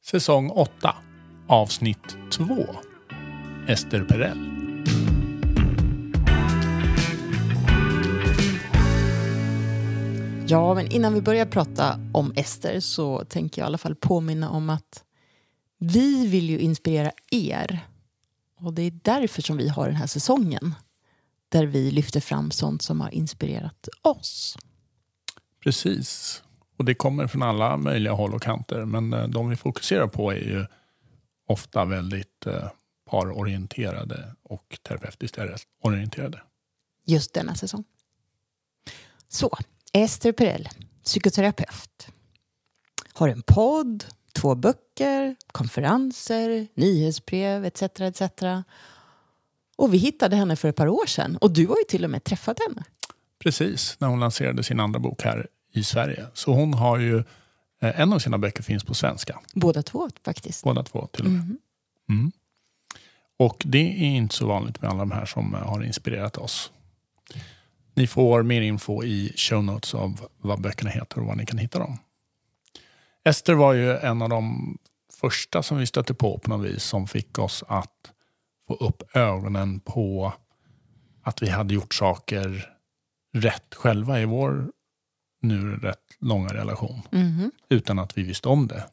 Säsong 8, avsnitt 2. Ester Perel. Ja, men innan vi börjar prata om Ester så tänker jag i alla fall påminna om att vi vill ju inspirera er. Och det är därför som vi har den här säsongen. Där vi lyfter fram sånt som har inspirerat oss. Precis. Och det kommer från alla möjliga håll och kanter. Men de vi fokuserar på är ju ofta väldigt parorienterade och terapeutiskt orienterade. Just denna säsong. Så, Ester Perel, psykoterapeut. Har en podd, 2 böcker, konferenser, nyhetsbrev etc. etc. Och vi hittade henne för ett par år sedan. Och du har ju till och med träffat henne. Precis, när hon lanserade sin andra bok här i Sverige. Så hon har ju, en av sina böcker finns på svenska. Båda 2 faktiskt. Båda 2 till och med. Mm. Och det är inte så vanligt med alla de här som har inspirerat oss. Ni får mer info i show notes av vad böckerna heter och var ni kan hitta dem. Ester var ju en av de första som vi stötte på något vis som fick oss att få upp ögonen på att vi hade gjort saker rätt själva i vår nu rätt långa relation. Utan att vi visste om det.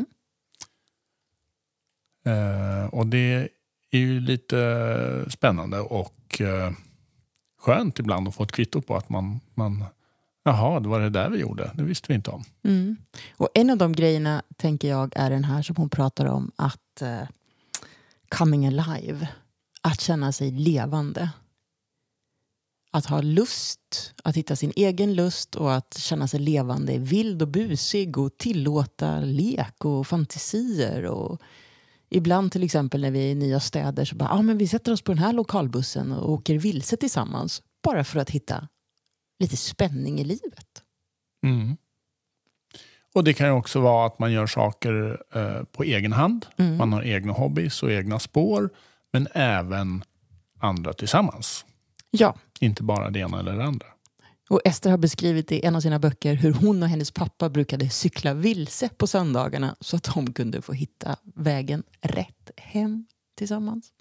Och det är ju lite spännande och skönt ibland att få ett kvitto på att man jaha, det var det där vi gjorde. Det visste vi inte om. Och en av de grejerna tänker jag är den här som hon pratar om att coming alive. Att känna sig levande. Att ha lust, att hitta sin egen lust och att känna sig levande, vild och busig och tillåta lek och fantasier. Och ibland till exempel när vi är i nya städer så bara, men vi sätter oss på den här lokalbussen och åker vilse tillsammans. Bara för att hitta lite spänning i livet. Och det kan ju också vara att man gör saker på egen hand. Man har egna hobbys och egna spår. Men även andra tillsammans. Ja. Inte bara det ena eller det andra. Och Ester har beskrivit i en av sina böcker hur hon och hennes pappa brukade cykla vilse på söndagarna så att de kunde få hitta vägen rätt hem tillsammans.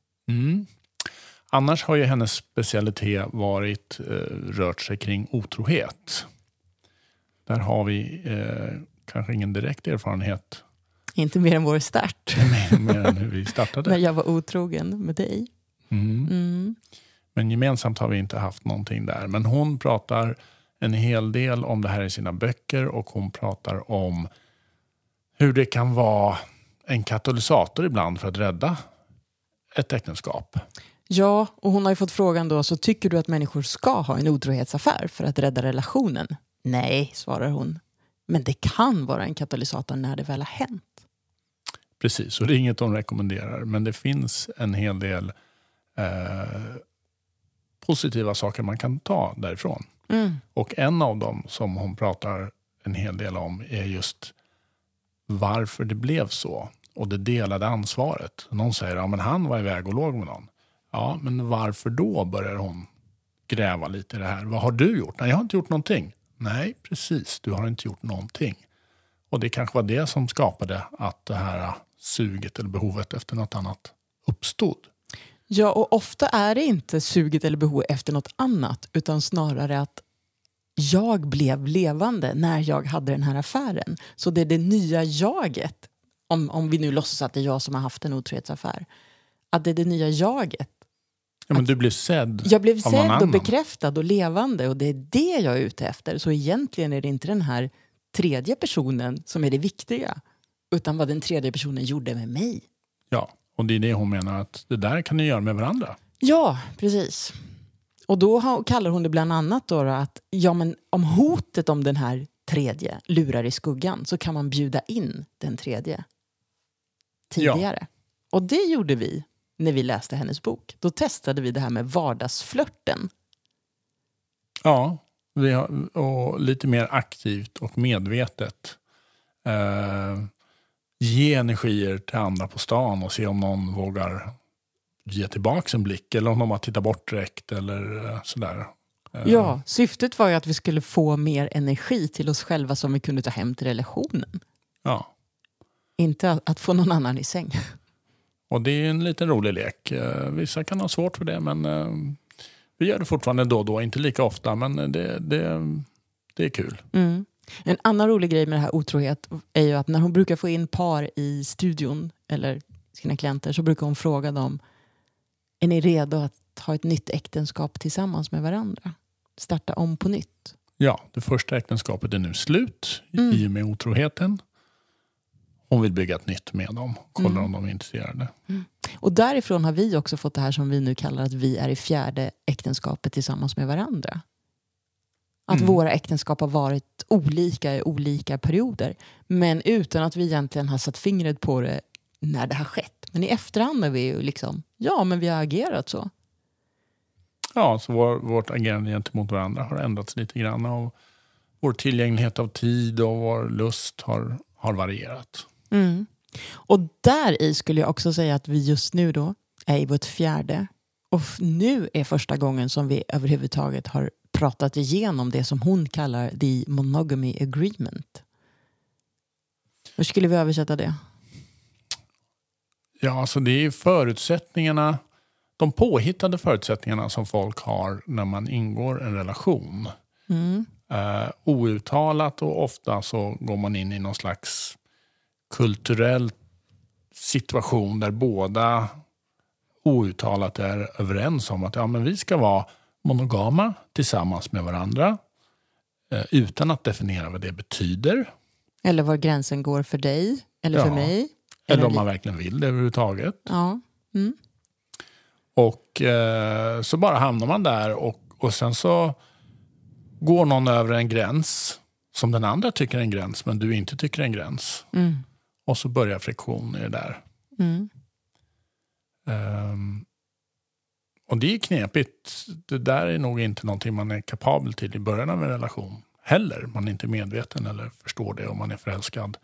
Annars har ju hennes specialitet varit rört sig kring otrohet. Där har vi kanske ingen direkt erfarenhet. Inte mer än vår start. mer än hur vi startade. När jag var otrogen med dig. Men gemensamt har vi inte haft någonting där. Men hon pratar en hel del om det här i sina böcker. Och hon pratar om hur det kan vara en katalysator ibland för att rädda ett äktenskap. Ja, och hon har ju fått frågan då. Så tycker du att människor ska ha en otrohetsaffär för att rädda relationen? Nej, svarar hon. Men det kan vara en katalysator när det väl har hänt. Precis, och det är inget hon rekommenderar. Men det finns en hel del positiva saker man kan ta därifrån. Och en av dem som hon pratar en hel del om är just varför det blev så. Och det delade ansvaret. Någon säger, men han var iväg och låg med någon. Ja, men varför då börjar hon gräva lite i det här? Vad har du gjort? Nej, jag har inte gjort någonting. Nej, precis. Du har inte gjort någonting. Och det kanske var det som skapade att det här suget eller behovet efter något annat uppstod. Ja, och ofta är det inte suget eller behov efter något annat utan snarare att jag blev levande när jag hade den här affären. Så det är det nya jaget, om vi nu låtsas att det är jag som har haft en otrohetsaffär, att det är det nya jaget. Ja, men du blev sedd. Jag blev av någon sedd och annan. bekräftad och levande och det är det jag är ute efter. Så egentligen är det inte den här tredje personen som är det viktiga utan vad den tredje personen gjorde med mig. Ja, och det är det hon menar att det där kan ni göra med varandra. Ja, precis. Och då kallar hon det bland annat då att men om hotet om den här tredje lurar i skuggan så kan man bjuda in den tredje tidigare. Ja. Och det gjorde vi när vi läste hennes bok. Då testade vi det här med vardagsflörten. Ja, och lite mer aktivt och medvetet. Ge energier till andra på stan och se om någon vågar ge tillbaka en blick eller om de har tittat bort direkt eller sådär. Ja, syftet var ju att vi skulle få mer energi till oss själva som vi kunde ta hem till relationen. Ja. Inte att få någon annan i säng. Och det är en liten rolig lek. Vissa kan ha svårt för det, men vi gör det fortfarande då och då. Inte lika ofta, men det är kul. Mm. En annan rolig grej med det här otrohet är ju att när hon brukar få in par i studion eller sina klienter så brukar hon fråga dem: är ni redo att ha ett nytt äktenskap tillsammans med varandra? Starta om på nytt. Ja, det första äktenskapet är nu slut i och med otroheten. Hon vill bygga ett nytt med dem. Kolla om de är intresserade. Mm. Och därifrån har vi också fått det här som vi nu kallar att vi är i 4:e äktenskapet tillsammans med varandra. Att våra äktenskap har varit olika i olika perioder. Men utan att vi egentligen har satt fingret på det när det har skett. Men i efterhand är vi ju liksom, ja men vi har agerat så. Ja, så vårt agerande gentemot varandra har ändrats lite grann. Och vår tillgänglighet av tid och vår lust har varierat. Mm. Och där i skulle jag också säga att vi just nu då är i vårt 4:e. Och nu är första gången som vi överhuvudtaget har pratat igenom det som hon kallar the monogamy agreement. Hur skulle vi översätta det? Ja, alltså det är förutsättningarna, de påhittade förutsättningarna som folk har när man ingår en relation. Outtalat och ofta så går man in i någon slags kulturell situation där båda outtalat är överens om att ja, men vi ska vara monogama tillsammans med varandra utan att definiera vad det betyder. Eller var gränsen går för dig eller för mig. Eller om man verkligen vill det överhuvudtaget. Ja. Mm. Och så bara hamnar man där och sen så går någon över en gräns som den andra tycker är en gräns men du inte tycker är en gräns. Och så börjar friktion i det där. Och det är knepigt. Det där är nog inte någonting man är kapabel till i början av en relation heller. Man är inte medveten eller förstår det om man är förälskad.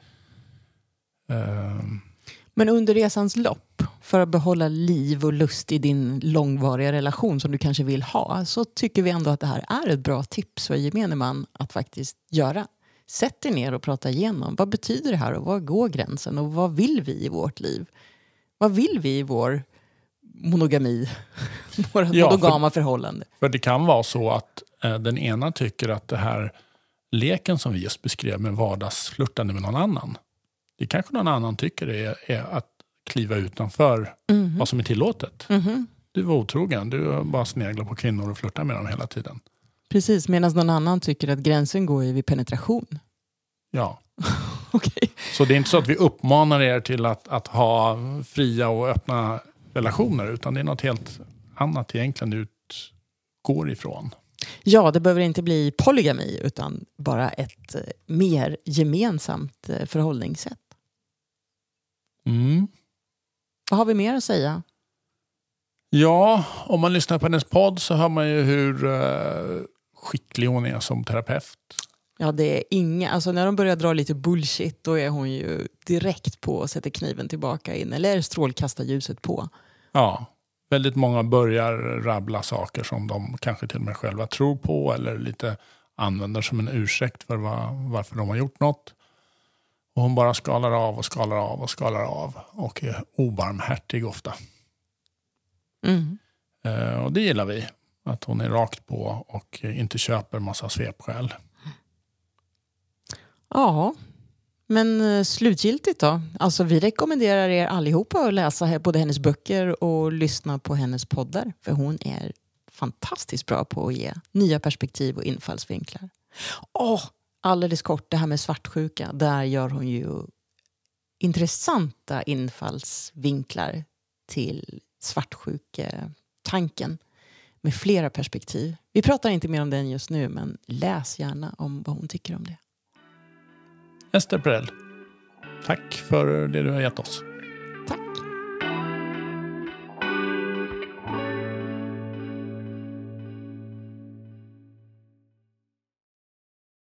Men under resans lopp, för att behålla liv och lust i din långvariga relation som du kanske vill ha, så tycker vi ändå att det här är ett bra tips för gemene man att faktiskt göra. Sätt dig ner och prata igenom. Vad betyder det här och var går gränsen och vad vill vi i vårt liv? Vad vill vi i vår monogami? Våra monogama förhållande? För det kan vara så att den ena tycker att det här leken som vi just beskrev med vardagsflörtande med någon annan, det kanske någon annan tycker är att kliva utanför vad som är tillåtet. Du var otrogen, du bara sneglar på kvinnor och flörtar med dem hela tiden. Precis, medan någon annan tycker att gränsen går vid penetration. Ja. Okay. Så det är inte så att vi uppmanar er till att ha fria och öppna relationer, utan det är något helt annat egentligen utgår ifrån. Ja, det behöver inte bli polygami utan bara ett mer gemensamt förhållningssätt. Vad har vi mer att säga? Ja, om man lyssnar på hennes podd så hör man ju hur skicklig hon är som terapeut. Ja, det är inga, alltså när de börjar dra lite bullshit då är hon ju direkt på och sätter kniven tillbaka in eller strålkastarljuset på. Ja, väldigt många börjar rabbla saker som de kanske till och med själva tror på eller lite använder som en ursäkt för varför de har gjort något. Och hon bara skalar av och är obarmhärtig ofta. Och det gillar vi. Att hon är rakt på och inte köper massa svepskäl. Ja, men slutgiltigt då. Alltså vi rekommenderar er allihopa att läsa både hennes böcker och lyssna på hennes poddar. För hon är fantastiskt bra på att ge nya perspektiv och infallsvinklar. Alldeles kort, det här med svartsjuka. Där gör hon ju intressanta infallsvinklar till svartsjuketanken med flera perspektiv. Vi pratar inte mer om den just nu, men läs gärna om vad hon tycker om det. Ester Perell, tack för det du har gett oss.